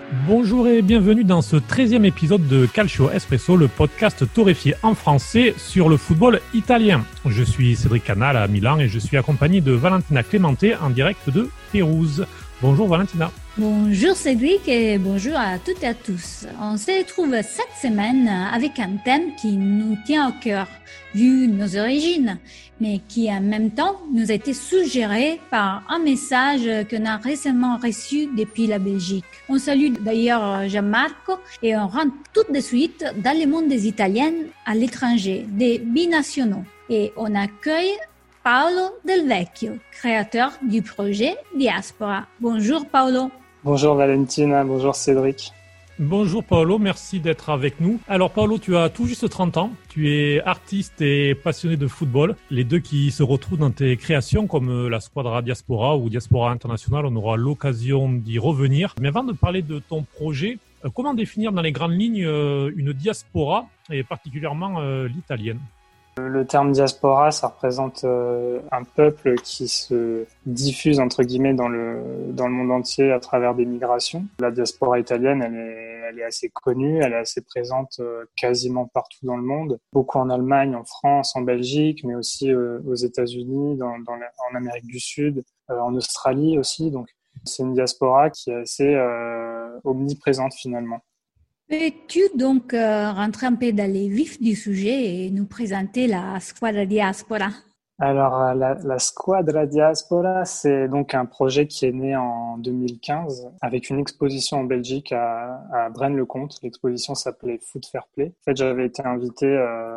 Bonjour et bienvenue dans ce 13e épisode de Calcio Espresso, le podcast torréfié en français sur le football italien. Je suis Cédric Canal à Milan et je suis accompagné de Valentina Clemente en direct de Pérouse. Bonjour Valentina. Bonjour Cédric et bonjour à toutes et à tous. On se retrouve cette semaine avec un thème qui nous tient au cœur, vu nos origines, mais qui en même temps nous a été suggéré par un message qu'on a récemment reçu depuis la Belgique. On salue d'ailleurs Gianmarco et on rentre tout de suite dans le monde des Italiennes à l'étranger, des binationaux. Et on accueille Paolo Del Vecchio, créateur du projet Diaspora. Bonjour Paolo. Bonjour Valentina, bonjour Cédric. Bonjour Paolo, merci d'être avec nous. Alors Paolo, tu as tout juste 30 ans, tu es artiste et passionné de football, les deux qui se retrouvent dans tes créations comme la Squadra Diaspora ou Diaspora International, on aura l'occasion d'y revenir. Mais avant de parler de ton projet, comment définir dans les grandes lignes une diaspora et particulièrement l'italienne ? Le terme diaspora, ça représente un peuple qui se diffuse entre guillemets dans le monde entier à travers des migrations. La diaspora italienne, elle est assez connue, elle est assez présente quasiment partout dans le monde. Beaucoup en Allemagne, en France, en Belgique, mais aussi aux États-Unis, en Amérique du Sud, en Australie aussi. Donc c'est une diaspora qui est assez omniprésente finalement. Peux-tu donc rentrer un peu dans les vifs du sujet et nous présenter la Squadra Diaspora ? Alors, la Squadra Diaspora, c'est donc un projet qui est né en 2015 avec une exposition en Belgique à Braine-le-Comte. L'exposition s'appelait Foot Fair Play. En fait, j'avais été invité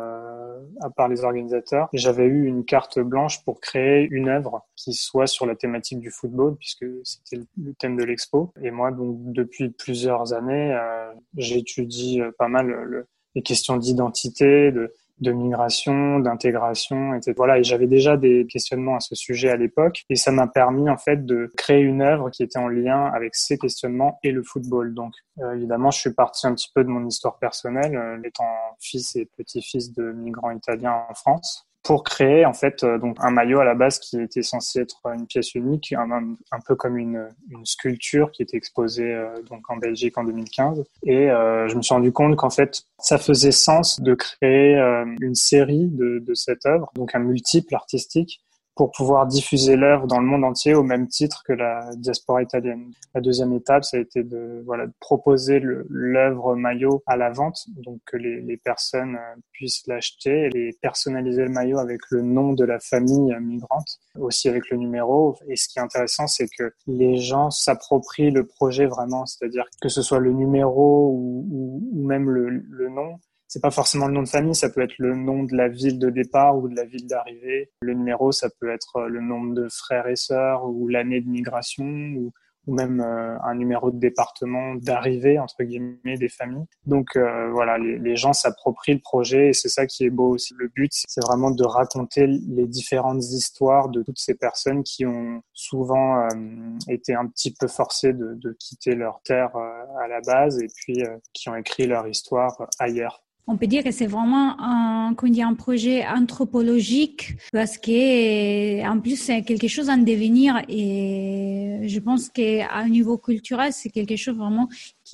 par les organisateurs et j'avais eu une carte blanche pour créer une œuvre qui soit sur la thématique du football puisque c'était le thème de l'expo. Et moi, donc, depuis plusieurs années, j'étudie pas mal les questions d'identité, de migration, d'intégration, etc. Voilà, et j'avais déjà des questionnements à ce sujet à l'époque, et ça m'a permis en fait de créer une œuvre qui était en lien avec ces questionnements et le football. Donc, évidemment, je suis parti un petit peu de mon histoire personnelle, étant fils et petit-fils de migrants italiens en France, pour créer en fait donc un maillot à la base qui était censé être une pièce unique, un peu comme une sculpture qui était exposée donc en Belgique en 2015. Et je me suis rendu compte qu'en fait ça faisait sens de créer une série de cette œuvre, donc un multiple artistique, pour pouvoir diffuser l'œuvre dans le monde entier au même titre que la diaspora italienne. La deuxième étape, ça a été de proposer l'œuvre maillot à la vente, donc que les personnes puissent l'acheter et personnaliser le maillot avec le nom de la famille migrante, aussi avec le numéro. Et ce qui est intéressant, c'est que les gens s'approprient le projet vraiment, c'est-à-dire que ce soit le numéro ou même le nom. C'est pas forcément le nom de famille, ça peut être le nom de la ville de départ ou de la ville d'arrivée. Le numéro, ça peut être le nombre de frères et sœurs ou l'année de migration ou même un numéro de département d'arrivée, entre guillemets, des familles. Donc voilà, les gens s'approprient le projet et c'est ça qui est beau aussi. Le but, c'est vraiment de raconter les différentes histoires de toutes ces personnes qui ont souvent été un petit peu forcées de quitter leur terre à la base et puis qui ont écrit leur histoire ailleurs. On peut dire que c'est vraiment un projet anthropologique parce que en plus c'est quelque chose en devenir et je pense qu'à un niveau culturel c'est quelque chose vraiment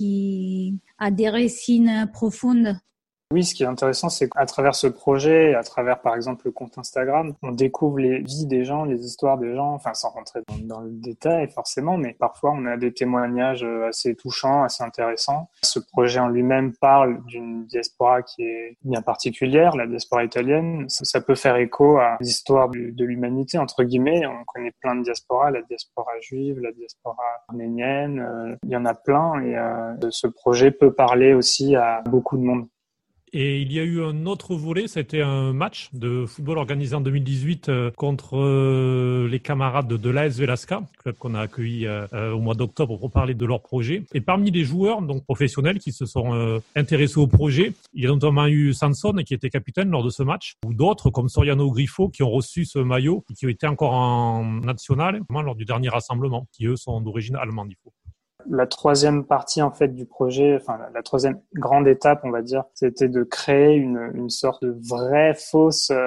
qui a des racines profondes. Oui, ce qui est intéressant, c'est qu'à travers ce projet, à travers par exemple le compte Instagram, on découvre les vies des gens, les histoires des gens, enfin sans rentrer dans le détail forcément, mais parfois on a des témoignages assez touchants, assez intéressants. Ce projet en lui-même parle d'une diaspora qui est bien particulière, la diaspora italienne. Ça peut faire écho à l'histoire de l'humanité, entre guillemets. On connaît plein de diasporas, la diaspora juive, la diaspora arménienne, il y en a plein et ce projet peut parler aussi à beaucoup de monde. Et il y a eu un autre volet, c'était un match de football organisé en 2018 contre les camarades de l'AS Velasca, club qu'on a accueilli au mois d'octobre pour parler de leur projet. Et parmi les joueurs donc professionnels qui se sont intéressés au projet, il y a notamment eu Sanson qui était capitaine lors de ce match, ou d'autres comme Soriano Grifo qui ont reçu ce maillot et qui ont été encore en national lors du dernier rassemblement, qui eux sont d'origine allemande. La troisième partie en fait du projet, enfin la troisième grande étape, on va dire, c'était de créer une sorte de vraie fausse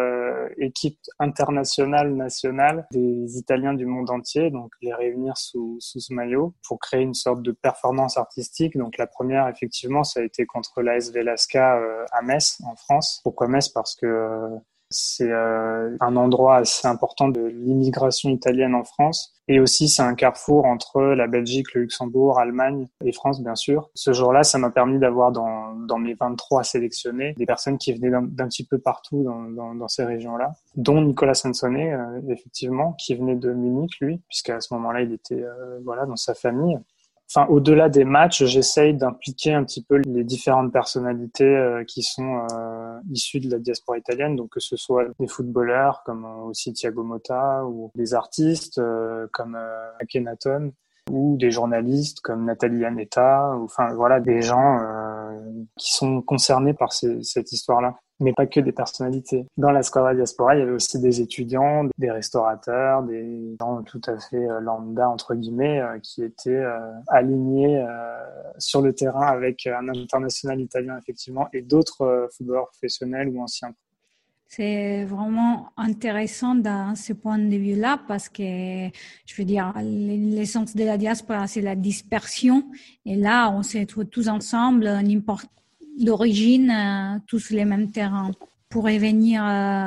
équipe internationale, nationale des Italiens du monde entier, donc les réunir sous ce maillot pour créer une sorte de performance artistique. Donc la première, effectivement, ça a été contre l'AS Velasca à Metz, en France. Pourquoi Metz? Parce que c'est un endroit assez important de l'immigration italienne en France. Et aussi, c'est un carrefour entre la Belgique, le Luxembourg, Allemagne et France, bien sûr. Ce jour-là, ça m'a permis d'avoir dans mes 23 sélectionnés des personnes qui venaient d'un petit peu partout dans ces régions-là, dont Nicolas Sansonnet, effectivement, qui venait de Munich, lui, puisqu'à ce moment-là, il était dans sa famille. Enfin, au-delà des matchs, j'essaye d'impliquer un petit peu les différentes personnalités qui sont issues de la diaspora italienne, donc que ce soit des footballeurs comme aussi Thiago Motta, ou des artistes comme Akhenaton, ou des journalistes comme Nathalie Anetta, ou enfin voilà, des gens qui sont concernés par cette histoire-là. Mais pas que des personnalités. Dans la Squadra Diaspora, il y avait aussi des étudiants, des restaurateurs, des gens tout à fait lambda, entre guillemets, qui étaient alignés sur le terrain avec un international italien, effectivement, et d'autres footballeurs professionnels ou anciens. C'est vraiment intéressant dans ce point de vue-là parce que, je veux dire, l'essence de la diaspora, c'est la dispersion. Et là, on se retrouve tous ensemble, n'importe d'origine, tous les mêmes terrains. Pour revenir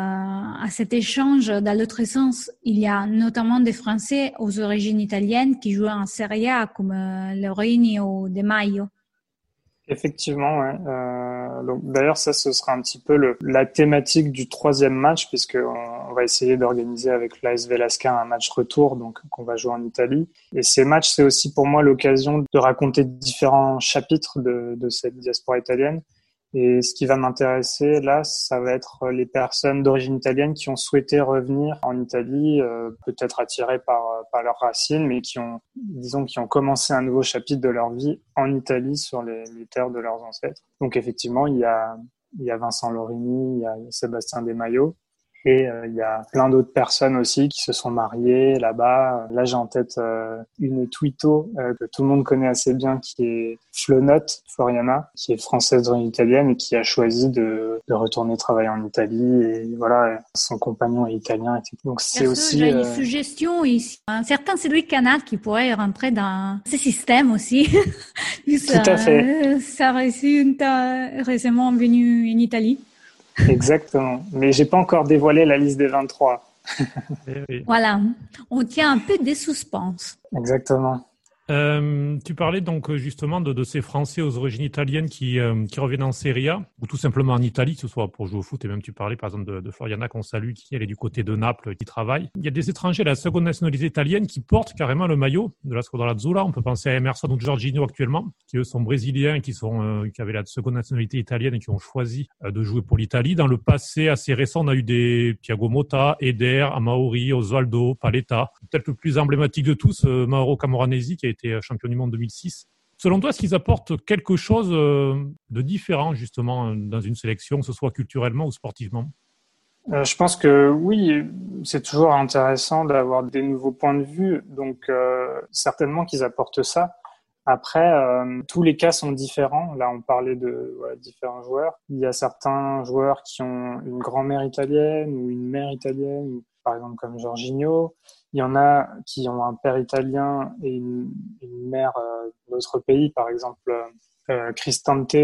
à cet échange, dans l'autre sens, il y a notamment des Français aux origines italiennes qui jouent en Serie A, comme Lorini ou De Maio. Effectivement, ouais. Donc, d'ailleurs, ça, ce sera un petit peu la thématique du troisième match, puisqu'on va essayer d'organiser avec l'AS Velasca un match retour, donc qu'on va jouer en Italie. Et ces matchs, c'est aussi pour moi l'occasion de raconter différents chapitres de cette diaspora italienne. Et ce qui va m'intéresser là, ça va être les personnes d'origine italienne qui ont souhaité revenir en Italie, peut-être attirées par leurs racines, mais qui ont commencé un nouveau chapitre de leur vie en Italie sur les terres de leurs ancêtres. Donc effectivement, il y a Vincent Lorini, il y a Sébastien Desmaillots. Et il y a plein d'autres personnes aussi qui se sont mariées là-bas. Là, j'ai en tête une Twito que tout le monde connaît assez bien, qui est Floriana, qui est française d'origine italienne et qui a choisi de retourner travailler en Italie. Et voilà, son compagnon est italien. Donc c'est aussi... J'ai une suggestion ici. Un certain Cédric Canal qui pourrait rentrer dans ce système aussi. Tout à fait. Ça récemment venu en Italie. Exactement. Mais j'ai pas encore dévoilé la liste des 23. Oui. Voilà. On tient un peu des suspens. Exactement. Tu parlais donc justement de ces Français aux origines italiennes qui reviennent en Serie A ou tout simplement en Italie, que ce soit pour jouer au foot, et même tu parlais par exemple de Floriana qu'on salue, qui elle est du côté de Naples, qui travaille. Il y a des étrangers à la seconde nationalité italienne qui portent carrément le maillot de la Squadra Azzurra. On peut penser à Emerson ou Jorginho actuellement, qui eux sont brésiliens, qui avaient la seconde nationalité italienne et qui ont choisi de jouer pour l'Italie. Dans le passé assez récent, on a eu des Thiago Motta, Eder, Amauri, Osvaldo, Paletta. Peut-être le plus emblématique de tous, Mauro Camoranesi, qui a été champion du monde 2006. Selon toi, est-ce qu'ils apportent quelque chose de différent justement dans une sélection, que ce soit culturellement ou sportivement? Je pense que oui, c'est toujours intéressant d'avoir des nouveaux points de vue, donc certainement qu'ils apportent ça. Après, tous les cas sont différents. Là, on parlait de différents joueurs. Il y a certains joueurs qui ont une grand-mère italienne ou une mère italienne, par exemple comme Jorginho. Il y en a qui ont un père italien et une mère d'autre pays, par exemple Cristante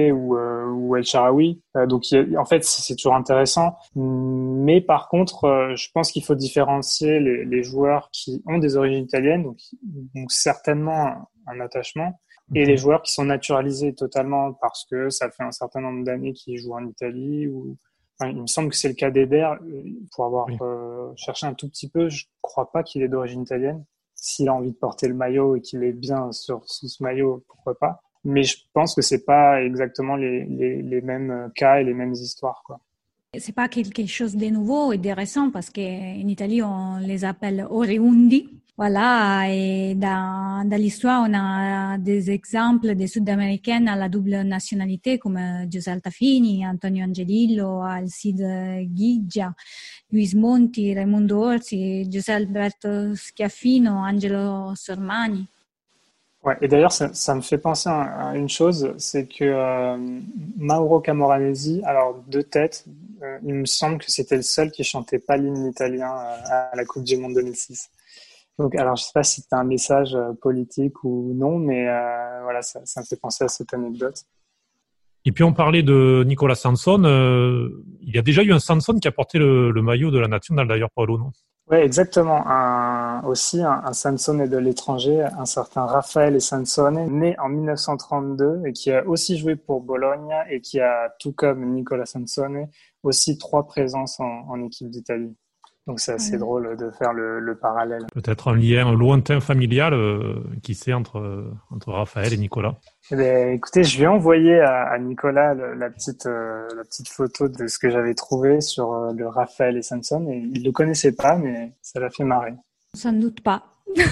ou El Shaarawy. Donc, en fait, c'est toujours intéressant. Mais par contre, je pense qu'il faut différencier les joueurs qui ont des origines italiennes, donc certainement un attachement, et les joueurs qui sont naturalisés totalement parce que ça fait un certain nombre d'années qu'ils jouent en Italie ou... Enfin, il me semble que c'est le cas d'Eder. Pour avoir cherché un tout petit peu, je crois pas qu'il est d'origine italienne. S'il a envie de porter le maillot et qu'il est bien sous ce maillot, pourquoi pas. Mais je pense que c'est pas exactement les mêmes cas et les mêmes histoires, quoi. C'est pas quelque chose de nouveau et de récent parce qu'en Italie, on les appelle oriundi. Voilà, et dans l'histoire, on a des exemples de Sud-Américaines à la double nationalité comme Giuseppe Altafini, Antonio Angelillo, Alcide Ghigia, Luis Monti, Raimundo Orsi, Giuseppe Alberto Schiaffino, Angelo Sormani. Ouais, et d'ailleurs, ça me fait penser à une chose, c'est que Mauro Camoranesi, alors de tête, il me semble que c'était le seul qui chantait pas l'hymne italien à la Coupe du Monde 2006. Donc, alors, je sais pas si c'était un message politique ou non, mais voilà, ça me fait penser à cette anecdote. Et puis on parlait de Nicolas Sanson. Il y a déjà eu un Sanson qui a porté le maillot de la nationale d'ailleurs, Paolo, non? Ouais, exactement. Aussi un Sansone de l'étranger, un certain Raffaele Sansone, né en 1932 et qui a aussi joué pour Bologne et qui a, tout comme Nicolas Sansone, aussi 3 présences en équipe d'Italie. Donc c'est assez drôle de faire le parallèle. Peut-être un lien lointain familial, qui sait, entre Raphaël et Nicolas. Eh bien, écoutez, je vais envoyer à Nicolas la petite photo de ce que j'avais trouvé sur le Raphaël et Sanson. Et il le connaissait pas, mais ça l'a fait marrer. Sans doute pas.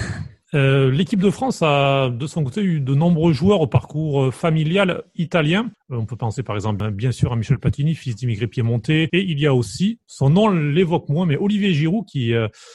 L'équipe de France a, de son côté, eu de nombreux joueurs au parcours familial italien. On peut penser par exemple, bien sûr, à Michel Platini, fils d'immigrés piémontais. Et il y a aussi, son nom l'évoque moins, mais Olivier Giroud qui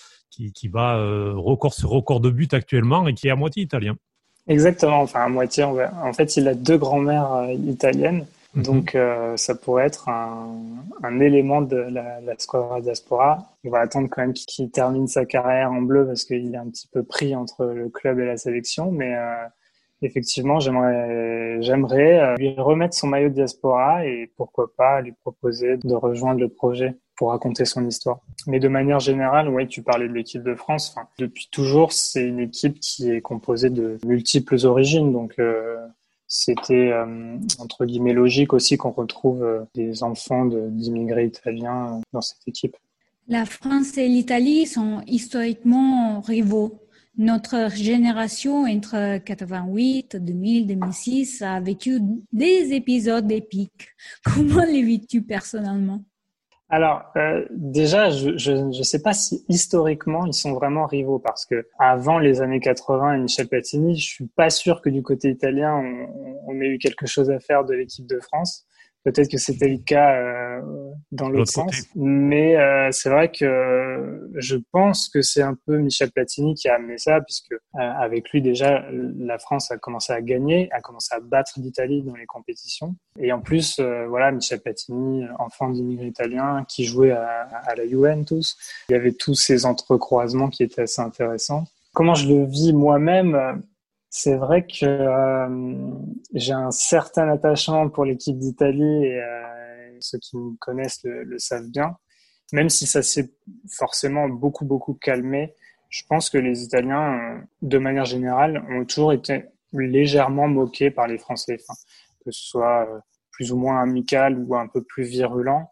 bat record sur record de buts actuellement et qui est à moitié italien. Exactement, enfin à moitié. En fait, il a 2 grands-mères italiennes. Donc, ça pourrait être un élément de la Squadra Diaspora. On va attendre quand même qu'il termine sa carrière en bleu parce qu'il est un petit peu pris entre le club et la sélection. Mais effectivement, j'aimerais lui remettre son maillot de Diaspora et pourquoi pas lui proposer de rejoindre le projet pour raconter son histoire. Mais de manière générale, ouais, tu parlais de l'équipe de France. Enfin, depuis toujours, c'est une équipe qui est composée de multiples origines. Donc, c'était entre guillemets logique aussi qu'on retrouve des enfants d'immigrés italiens dans cette équipe. La France et l'Italie sont historiquement rivaux. Notre génération entre 88, 2000, 2006 a vécu des épisodes épiques. Comment les vis-tu personnellement? Alors, déjà, je sais pas si historiquement ils sont vraiment rivaux parce que avant les années 80 et Michel Platini, je suis pas sûr que du côté italien on ait eu quelque chose à faire de l'équipe de France. Peut-être que c'était le cas dans l'autre sens, mais c'est vrai que je pense que c'est un peu Michel Platini qui a amené ça, puisque avec lui déjà la France a commencé à gagner, a commencé à battre l'Italie dans les compétitions, et en plus voilà, Michel Platini, enfant d'immigrés italiens qui jouait à la Juventus, il y avait tous ces entrecroisements qui étaient assez intéressants. Comment je le vis moi-même? C'est vrai que j'ai un certain attachement pour l'équipe d'Italie et ceux qui me connaissent le savent bien. Même si ça s'est forcément beaucoup calmé, je pense que les Italiens, de manière générale, ont toujours été légèrement moqués par les Français. Enfin, que ce soit plus ou moins amical ou un peu plus virulent,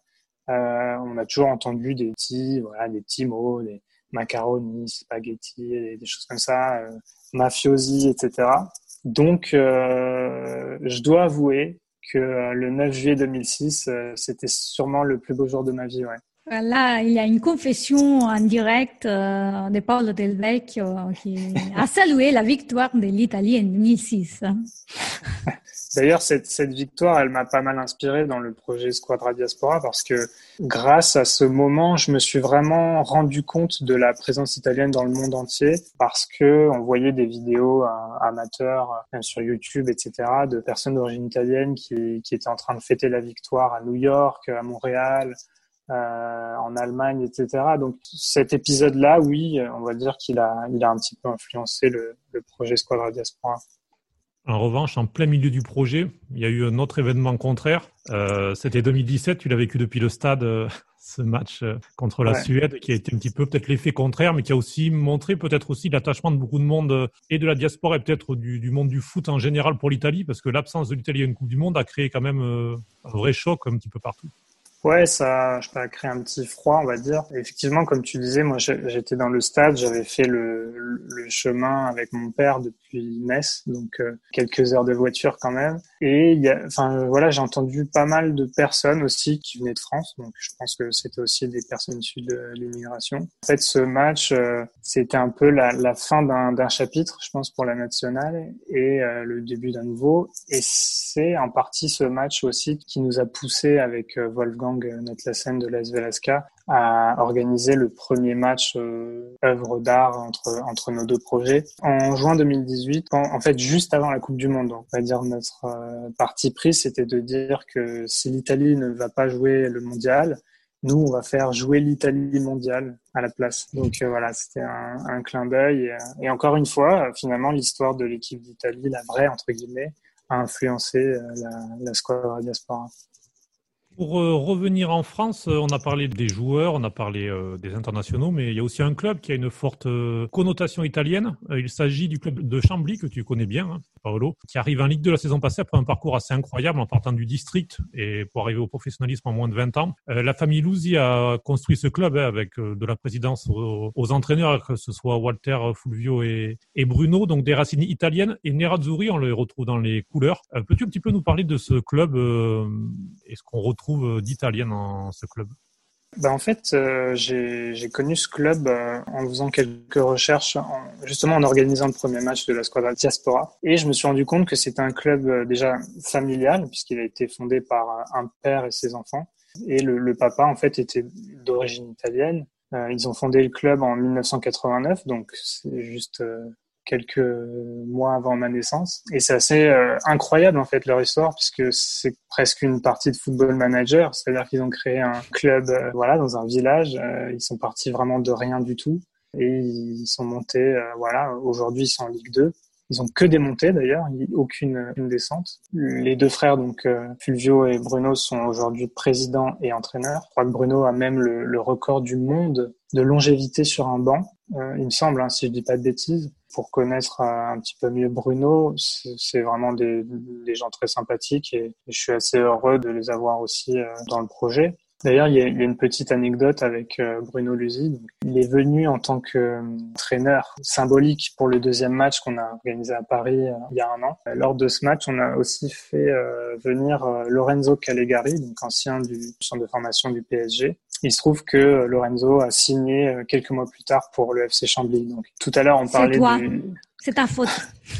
on a toujours entendu des petits mots, des macaroni, spaghetti, des choses comme ça. Mafiosi, etc. Donc, je dois avouer que le 9 juillet 2006, c'était sûrement le plus beau jour de ma vie, ouais. Là, il y a une confession en direct de Paolo Del Vecchio qui a salué la victoire de l'Italie en 2006. D'ailleurs, cette victoire, elle m'a pas mal inspiré dans le projet Squadra Diaspora parce que grâce à ce moment, je me suis vraiment rendu compte de la présence italienne dans le monde entier parce que on voyait des vidéos amateurs même sur YouTube, etc., de personnes d'origine italienne qui étaient en train de fêter la victoire à New York, à Montréal, en Allemagne, etc. Donc cet épisode-là, oui, on va dire qu'il a un petit peu influencé le projet Squadra Diaspora. En revanche, en plein milieu du projet, il y a eu un autre événement contraire. C'était 2017, tu l'as vécu depuis le stade, ce match contre la Suède, qui a été un petit peu peut-être l'effet contraire, mais qui a aussi montré peut-être aussi l'attachement de beaucoup de monde et de la diaspora et peut-être du monde du foot en général pour l'Italie, parce que l'absence de l'Italie à une Coupe du Monde a créé quand même un vrai choc un petit peu partout. Ouais, ça, je peux créer un petit froid, on va dire. Effectivement, comme tu disais, moi, j'étais dans le stade, j'avais fait le chemin avec mon père depuis Metz, donc quelques heures de voiture quand même. Et voilà, j'ai entendu pas mal de personnes aussi qui venaient de France, donc je pense que c'était aussi des personnes issues de l'immigration. En fait, ce match, c'était un peu la fin d'un chapitre, je pense, pour la nationale et le début d'un nouveau. Et c'est en partie ce match aussi qui nous a poussé avec Wolfgang Notlassen de l'AS Velaska à organiser le premier match œuvre d'art entre nos deux projets. En juin 2018, en fait juste avant la Coupe du Monde, on va dire notre parti pris, c'était de dire que si l'Italie ne va pas jouer le mondial, nous, on va faire jouer l'Italie mondiale à la place. Donc voilà, c'était un clin d'œil. Et encore une fois, finalement, l'histoire de l'équipe d'Italie, la vraie, entre guillemets, a influencé la Squadra Diaspora. Pour revenir en France, on a parlé des joueurs, on a parlé des internationaux, mais il y a aussi un club qui a une forte connotation italienne. Il s'agit du club de Chambly, que tu connais bien, hein, Paolo, qui arrive en Ligue 2 la saison passée après un parcours assez incroyable en partant du district et pour arriver au professionnalisme en moins de 20 ans. La famille Lusi a construit ce club avec de la présidence aux entraîneurs, que ce soit Walter, Fulvio et Bruno, donc des racines italiennes. Et Nerazzurri, on les retrouve dans les couleurs. Peux-tu un petit peu nous parler de ce club et ce qu'on retrouve d'Italien dans ce club? En fait, j'ai connu ce club en faisant quelques recherches, justement en organisant le premier match de la Squadra Diaspora. Et je me suis rendu compte que c'était un club déjà familial, puisqu'il a été fondé par un père et ses enfants. Et le papa, en fait, était d'origine italienne. Ils ont fondé le club en 1989, donc c'est juste quelques mois avant ma naissance. Et c'est assez incroyable en fait leur histoire, puisque c'est presque une partie de Football Manager, c'est-à-dire qu'ils ont créé un club voilà, dans un village. Ils sont partis vraiment de rien du tout et ils sont montés, voilà, aujourd'hui ils sont en Ligue 2. Ils ont que des montées d'ailleurs, aucune descente. Les deux frères, donc Fulvio et Bruno, sont aujourd'hui présidents et entraîneurs. Je crois que Bruno a même le record du monde de longévité sur un banc, il me semble, hein, si je dis pas de bêtises. Pour connaître un petit peu mieux Bruno, c'est vraiment des gens très sympathiques et je suis assez heureux de les avoir aussi dans le projet. D'ailleurs, il y a une petite anecdote avec Bruno Lusi. Donc, il est venu en tant qu'entraîneur symbolique pour le deuxième match qu'on a organisé à Paris il y a un an. Lors de ce match, on a aussi fait venir Lorenzo Callegari, donc ancien du centre de formation du PSG. Il se trouve que Lorenzo a signé quelques mois plus tard pour le FC Chambly. Donc, tout à l'heure, on parlait C'est ta faute.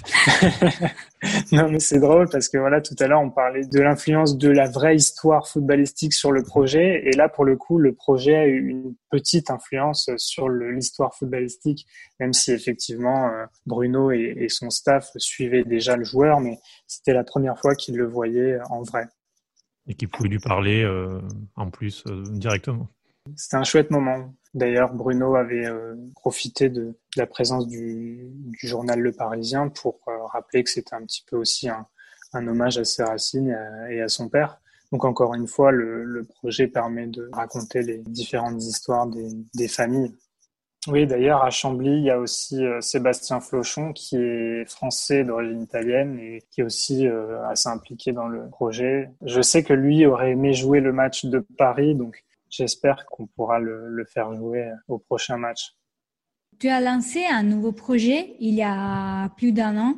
Non, mais c'est drôle parce que voilà, tout à l'heure, on parlait de l'influence de la vraie histoire footballistique sur le projet. Et là, pour le coup, le projet a eu une petite influence sur l'histoire footballistique, même si effectivement, Bruno et son staff suivaient déjà le joueur, mais c'était la première fois qu'ils le voyaient en vrai. Et qui pouvait lui parler en plus directement. C'était un chouette moment. D'ailleurs, Bruno avait profité de la présence du journal Le Parisien pour rappeler que c'était un petit peu aussi un hommage à ses racines et à son père. Donc encore une fois, le projet permet de raconter les différentes histoires des familles. Oui, d'ailleurs, à Chambly, il y a aussi Sébastien Flochon, qui est français d'origine italienne et qui est aussi assez impliqué dans le projet. Je sais que lui aurait aimé jouer le match de Paris, donc j'espère qu'on pourra le faire jouer au prochain match. Tu as lancé un nouveau projet il y a plus d'un an,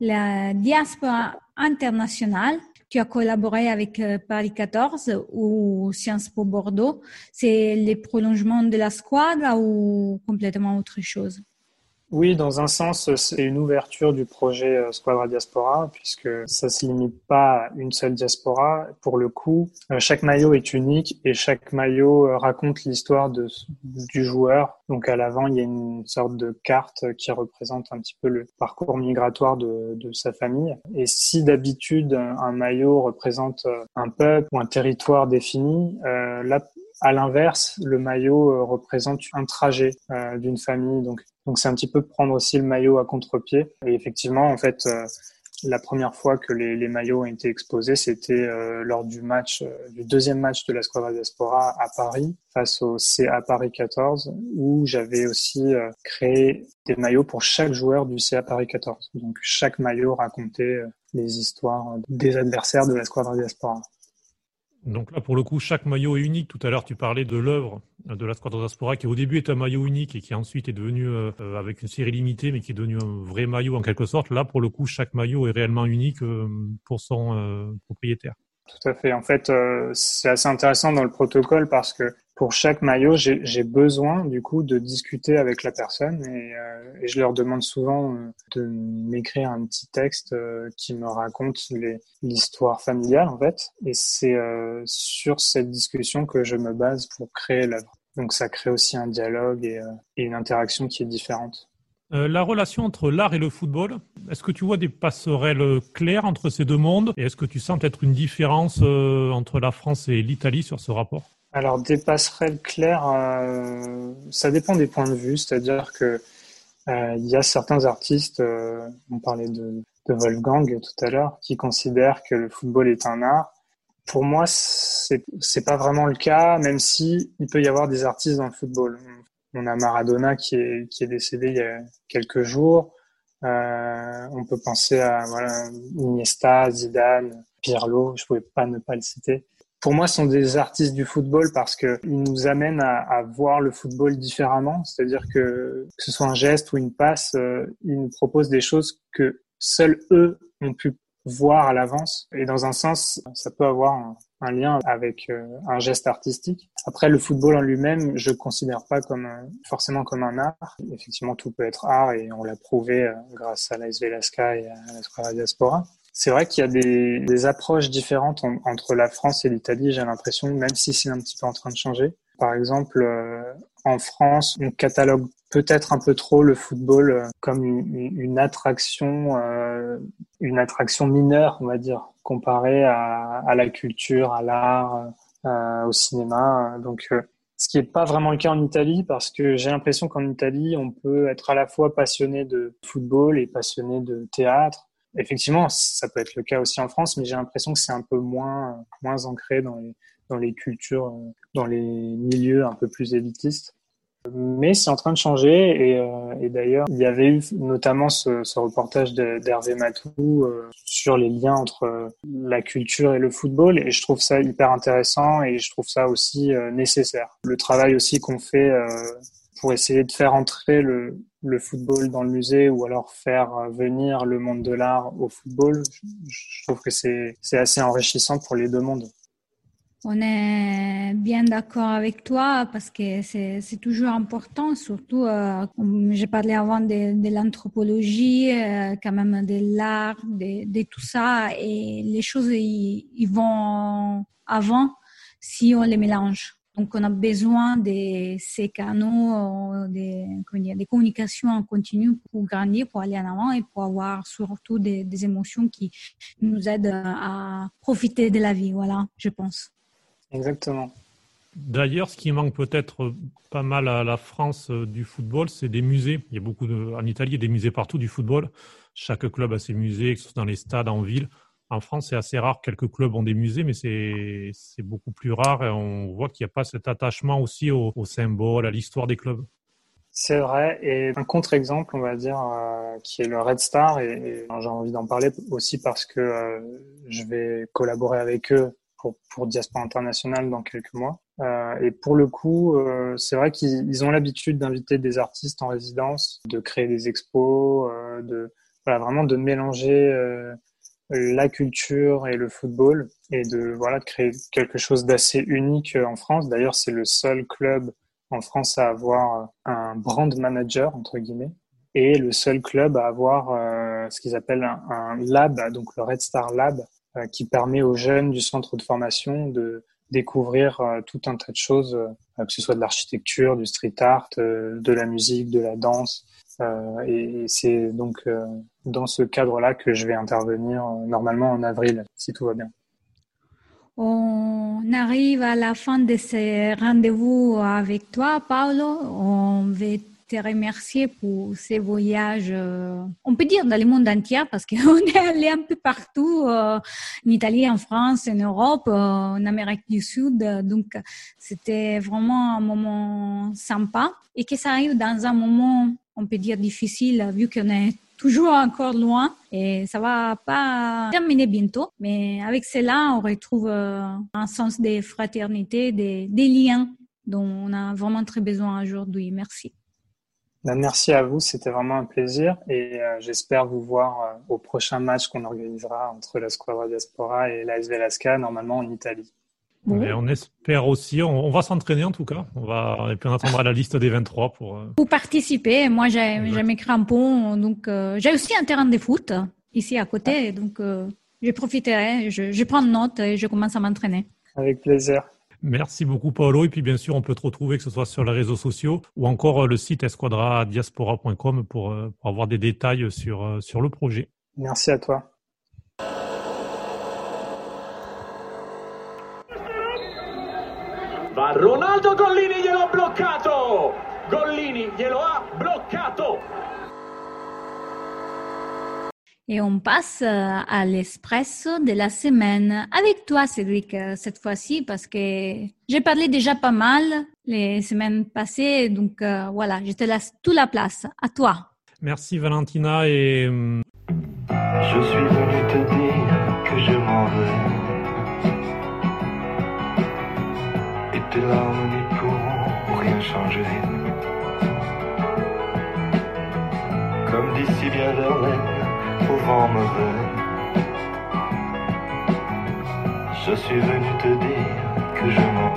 la Diaspora internationale. Tu as collaboré avec Paris 14 ou Sciences Po Bordeaux. C'est les prolongements de la squadra ou complètement autre chose? Oui, dans un sens, c'est une ouverture du projet Squadra Diaspora, puisque ça se limite pas à une seule diaspora. Pour le coup, chaque maillot est unique et chaque maillot raconte l'histoire du joueur. Donc à l'avant, il y a une sorte de carte qui représente un petit peu le parcours migratoire de sa famille. Et si d'habitude un maillot représente un peuple ou un territoire défini, là, à l'inverse, le maillot représente un trajet d'une famille. Donc c'est un petit peu prendre aussi le maillot à contre-pied. Et effectivement, en fait, la première fois que les maillots ont été exposés, c'était lors du deuxième match de la Squadra Diaspora à Paris, face au CA Paris 14, où j'avais aussi créé des maillots pour chaque joueur du CA Paris 14. Donc chaque maillot racontait les histoires des adversaires de la Squadra Diaspora. Donc là, pour le coup, chaque maillot est unique. Tout à l'heure, tu parlais de l'œuvre de la Squadra Diaspora, qui au début est un maillot unique et qui ensuite est devenu, avec une série limitée, mais qui est devenu un vrai maillot en quelque sorte. Là, pour le coup, chaque maillot est réellement unique pour son propriétaire. Tout à fait. En fait, c'est assez intéressant dans le protocole parce que pour chaque maillot, j'ai besoin du coup de discuter avec la personne et je leur demande souvent de m'écrire un petit texte qui me raconte l'histoire familiale en fait. Et c'est sur cette discussion que je me base pour créer l'œuvre. Donc ça crée aussi un dialogue et une interaction qui est différente. La relation entre l'art et le football, est-ce que tu vois des passerelles claires entre ces deux mondes et est-ce que tu sens peut-être une différence entre la France et l'Italie sur ce rapport? Alors des passerelles claires, ça dépend des points de vue, c'est-à-dire que il y a certains artistes, on parlait de Wolfgang tout à l'heure, qui considèrent que le football est un art. Pour moi, c'est pas vraiment le cas, même si il peut y avoir des artistes dans le football. On a Maradona qui est décédé il y a quelques jours. On peut penser à Iniesta, Zidane, Pirlo. Je pouvais pas ne pas le citer. Pour moi, ce sont des artistes du football parce que ils nous amènent à voir le football différemment. C'est-à-dire que ce soit un geste ou une passe, ils nous proposent des choses que seuls eux ont pu voir à l'avance. Et dans un sens, ça peut avoir un lien avec un geste artistique. Après, le football en lui-même, je considère pas forcément comme un art. Effectivement, tout peut être art et on l'a prouvé grâce à l'AS Velasca et à la Squadra Diaspora. C'est vrai qu'il y a des approches différentes entre la France et l'Italie, j'ai l'impression, même si c'est un petit peu en train de changer. Par exemple, en France, on catalogue peut-être un peu trop le football comme une attraction mineure, on va dire, comparée à la culture, à l'art, au cinéma. Donc, ce qui n'est pas vraiment le cas en Italie, parce que j'ai l'impression qu'en Italie, on peut être à la fois passionné de football et passionné de théâtre. Effectivement, ça peut être le cas aussi en France, mais j'ai l'impression que c'est un peu moins ancré dans les cultures, dans les milieux un peu plus élitistes. Mais c'est en train de changer et d'ailleurs, il y avait eu notamment ce reportage d'Hervé Matou sur les liens entre la culture et le football et je trouve ça hyper intéressant et je trouve ça aussi nécessaire. Le travail aussi qu'on fait pour essayer de faire entrer le football dans le musée ou alors faire venir le monde de l'art au football, je trouve que c'est assez enrichissant pour les deux mondes. On est bien d'accord avec toi parce que c'est toujours important, surtout, comme j'ai parlé avant de l'anthropologie, quand même de l'art, de tout ça, et les choses ils vont avant si on les mélange. Donc, on a besoin de ces canaux, des communications en continu pour grandir, pour aller en avant et pour avoir surtout des émotions qui nous aident à profiter de la vie. Voilà, je pense. Exactement. D'ailleurs, ce qui manque peut-être pas mal à la France du football, c'est des musées. Il y a en Italie, il y a des musées partout du football. Chaque club a ses musées, que ce soit dans les stades, en ville. En France, c'est assez rare. Quelques clubs ont des musées, mais c'est beaucoup plus rare. Et on voit qu'il n'y a pas cet attachement aussi au symbole, à l'histoire des clubs. C'est vrai. Et un contre-exemple, on va dire, qui est le Red Star. Et j'ai envie d'en parler aussi parce que je vais collaborer avec eux pour Diaspora International dans quelques mois. Et pour le coup, c'est vrai qu'ils ont l'habitude d'inviter des artistes en résidence, de créer des expos, vraiment de mélanger la culture et le football et de créer quelque chose d'assez unique en France. D'ailleurs, c'est le seul club en France à avoir un brand manager, entre guillemets, et le seul club à avoir ce qu'ils appellent un lab, donc le Red Star Lab, qui permet aux jeunes du centre de formation de découvrir tout un tas de choses, que ce soit de l'architecture, du street art, de la musique, de la danse. Et c'est donc dans ce cadre-là que je vais intervenir normalement en avril, si tout va bien. On arrive à la fin de ce rendez-vous avec toi, Paolo. On veut te remercier pour ces voyages, on peut dire dans le monde entier, parce qu'on est allé un peu partout, en Italie, en France, en Europe, en Amérique du Sud. Donc, c'était vraiment un moment sympa et que ça arrive dans un moment, on peut dire, difficile, vu qu'on est toujours encore loin et ça va pas terminer bientôt. Mais avec cela, on retrouve un sens de fraternité, des liens dont on a vraiment très besoin aujourd'hui. Merci. Merci à vous, c'était vraiment un plaisir et j'espère vous voir au prochain match qu'on organisera entre la Squadra Diaspora et l'AS Velasca, normalement en Italie. Bon. Mais on espère aussi, on va s'entraîner en tout cas, et puis on attendra la liste des 23 pour participer. Moi, j'ai mes crampons, donc j'ai aussi un terrain de foot ici à côté, donc je profiterai, je prends note et je commence à m'entraîner. Avec plaisir. Merci beaucoup Paolo. Et puis bien sûr, on peut te retrouver que ce soit sur les réseaux sociaux ou encore le site esquadradiaspora.com pour avoir des détails sur le projet. Merci à toi. Va Ronaldo, Gollini glielo ha bloccato! Gollini glielo ha bloccato! Et on passe à l'espresso de la semaine. Avec toi, Cédric, cette fois-ci, parce que j'ai parlé déjà pas mal les semaines passées. Donc voilà, je te laisse toute la place. À toi. Merci Valentina. Et je suis venu te dire que je m'en vais. Et tes larmes n'y pourront rien changer. Comme d'ici bien Verlaine, au vent mauvais, je suis venu te dire que je m'en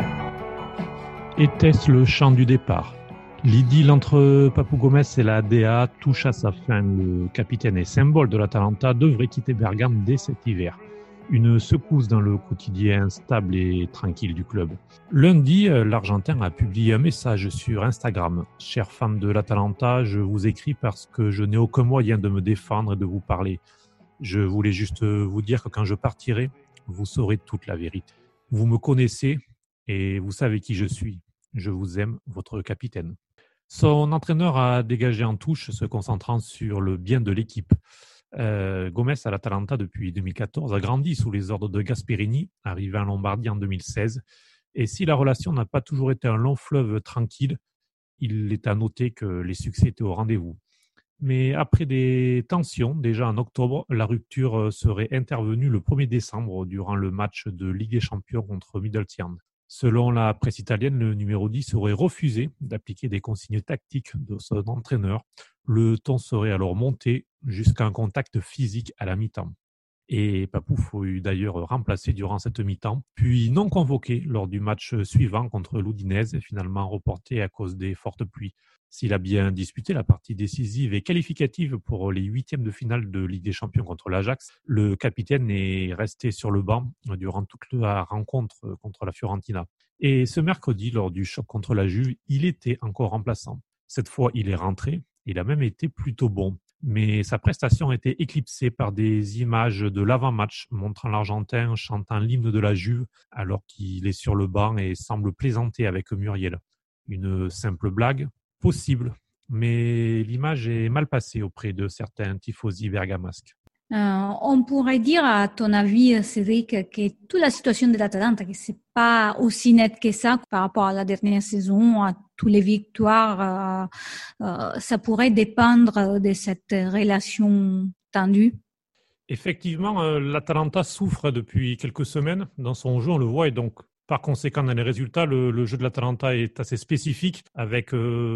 vais. Était-ce le chant du départ? L'idylle entre Papou Gomez et la DA touche à sa fin. Le capitaine et symbole de l'Atalanta devrait quitter Bergame dès cet hiver. Une secousse dans le quotidien stable et tranquille du club. Lundi, l'Argentin a publié un message sur Instagram. « Chers fans de l'Atalanta, je vous écris parce que je n'ai aucun moyen de me défendre et de vous parler. Je voulais juste vous dire que quand je partirai, vous saurez toute la vérité. Vous me connaissez et vous savez qui je suis. Je vous aime, votre capitaine. » Son entraîneur a dégagé en touche, se concentrant sur le bien de l'équipe. Gomez à l'Atalanta depuis 2014 a grandi sous les ordres de Gasperini, arrivé en Lombardie en 2016. Et si la relation n'a pas toujours été un long fleuve tranquille, il est à noter que les succès étaient au rendez-vous. Mais après des tensions, déjà en octobre, la rupture serait intervenue le 1er décembre durant le match de Ligue des Champions contre Midtjylland. Selon la presse italienne, le numéro 10 aurait refusé d'appliquer des consignes tactiques de son entraîneur. Le ton serait alors monté jusqu'à un contact physique à la mi-temps. Et Papou fut d'ailleurs remplacé durant cette mi-temps, puis non convoqué lors du match suivant contre l'Udinese, finalement reporté à cause des fortes pluies. S'il a bien disputé la partie décisive et qualificative pour les huitièmes de finale de Ligue des Champions contre l'Ajax, le capitaine est resté sur le banc durant toute la rencontre contre la Fiorentina. Et ce mercredi, lors du choc contre la Juve, il était encore remplaçant. Cette fois, il est rentré. Il a même été plutôt bon. Mais sa prestation a été éclipsée par des images de l'avant-match montrant l'Argentin chantant l'hymne de la Juve alors qu'il est sur le banc et semble plaisanter avec Muriel. Une simple blague? Possible, mais l'image est mal passée auprès de certains tifosi bergamasques. On pourrait dire, à ton avis, Cédric, que toute la situation de l'Atalanta, que c'est pas aussi net que ça par rapport à la dernière saison, à toutes les victoires, ça pourrait dépendre de cette relation tendue. Effectivement, l'Atalanta souffre depuis quelques semaines dans son jeu, on le voit, et donc par conséquent, dans les résultats, le jeu de l'Atalanta est assez spécifique avec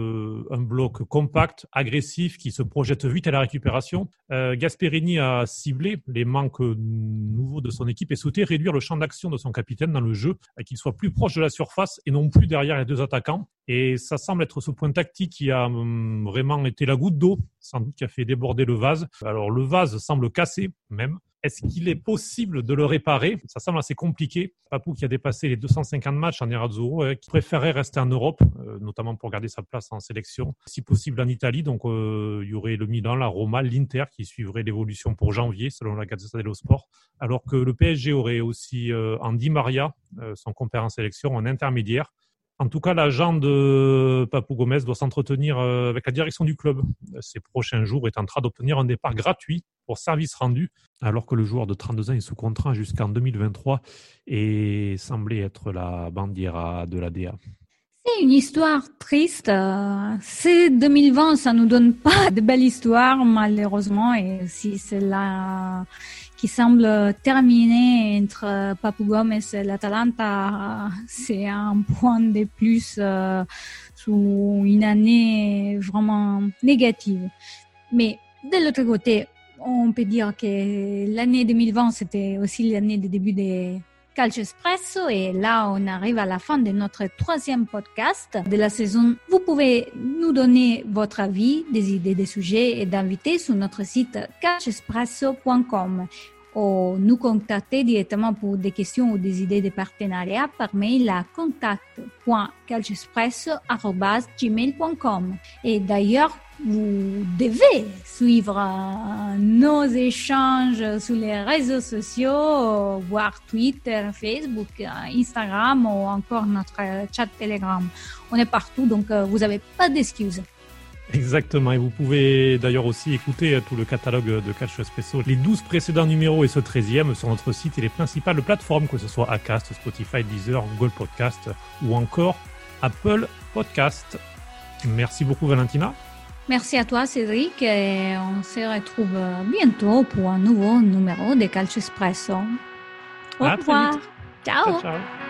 un bloc compact, agressif, qui se projette vite à la récupération. Gasperini a ciblé les manques nouveaux de son équipe et souhaitait réduire le champ d'action de son capitaine dans le jeu, qu'il soit plus proche de la surface et non plus derrière les deux attaquants. Et ça semble être ce point tactique qui a vraiment été la goutte d'eau, sans doute qui a fait déborder le vase. Alors le vase semble cassé même. Est-ce qu'il est possible de le réparer? Ça semble assez compliqué. Papou qui a dépassé les 250 matchs en Nerazzurro, qui préférait rester en Europe, notamment pour garder sa place en sélection, si possible en Italie. Donc il y aurait le Milan, la Roma, l'Inter qui suivrait l'évolution pour janvier, selon la Gazzetta dello Sport. Alors que le PSG aurait aussi en Di Maria, son compère en sélection, en intermédiaire. En tout cas, l'agent de Papou Gomez doit s'entretenir avec la direction du club ces prochains jours et tentera d'obtenir un départ gratuit pour service rendu, alors que le joueur de 32 ans est sous contrat jusqu'en 2023 et semblait être la bandiera de la DA. C'est une histoire triste. C'est 2020, ça nous donne pas de belles histoires, malheureusement, et si c'est là qui semble terminer entre Papou Gomez et l'Atalanta, c'est un point de plus sous une année vraiment négative. Mais de l'autre côté, on peut dire que l'année 2020, c'était aussi l'année de début des Calcio Espresso, et là on arrive à la fin de notre 3e podcast de la saison. Vous pouvez nous donner votre avis, des idées, des sujets et d'invités sur notre site calcioespresso.com. ou nous contacter directement pour des questions ou des idées de partenariat par mail à contact.calcespresso@gmail.com. Et d'ailleurs, vous devez suivre nos échanges sur les réseaux sociaux, voire Twitter, Facebook, Instagram ou encore notre chat Telegram. On est partout, donc vous n'avez pas d'excuses. Exactement, et vous pouvez d'ailleurs aussi écouter tout le catalogue de Calcio Espresso, les 12 précédents numéros et ce 13e sur notre site et les principales plateformes, que ce soit Acast, Spotify, Deezer, Google Podcast ou encore Apple Podcast. Merci beaucoup Valentina. Merci à toi Cédric et on se retrouve bientôt pour un nouveau numéro de Calcio Espresso. Au revoir. Ciao. Ciao.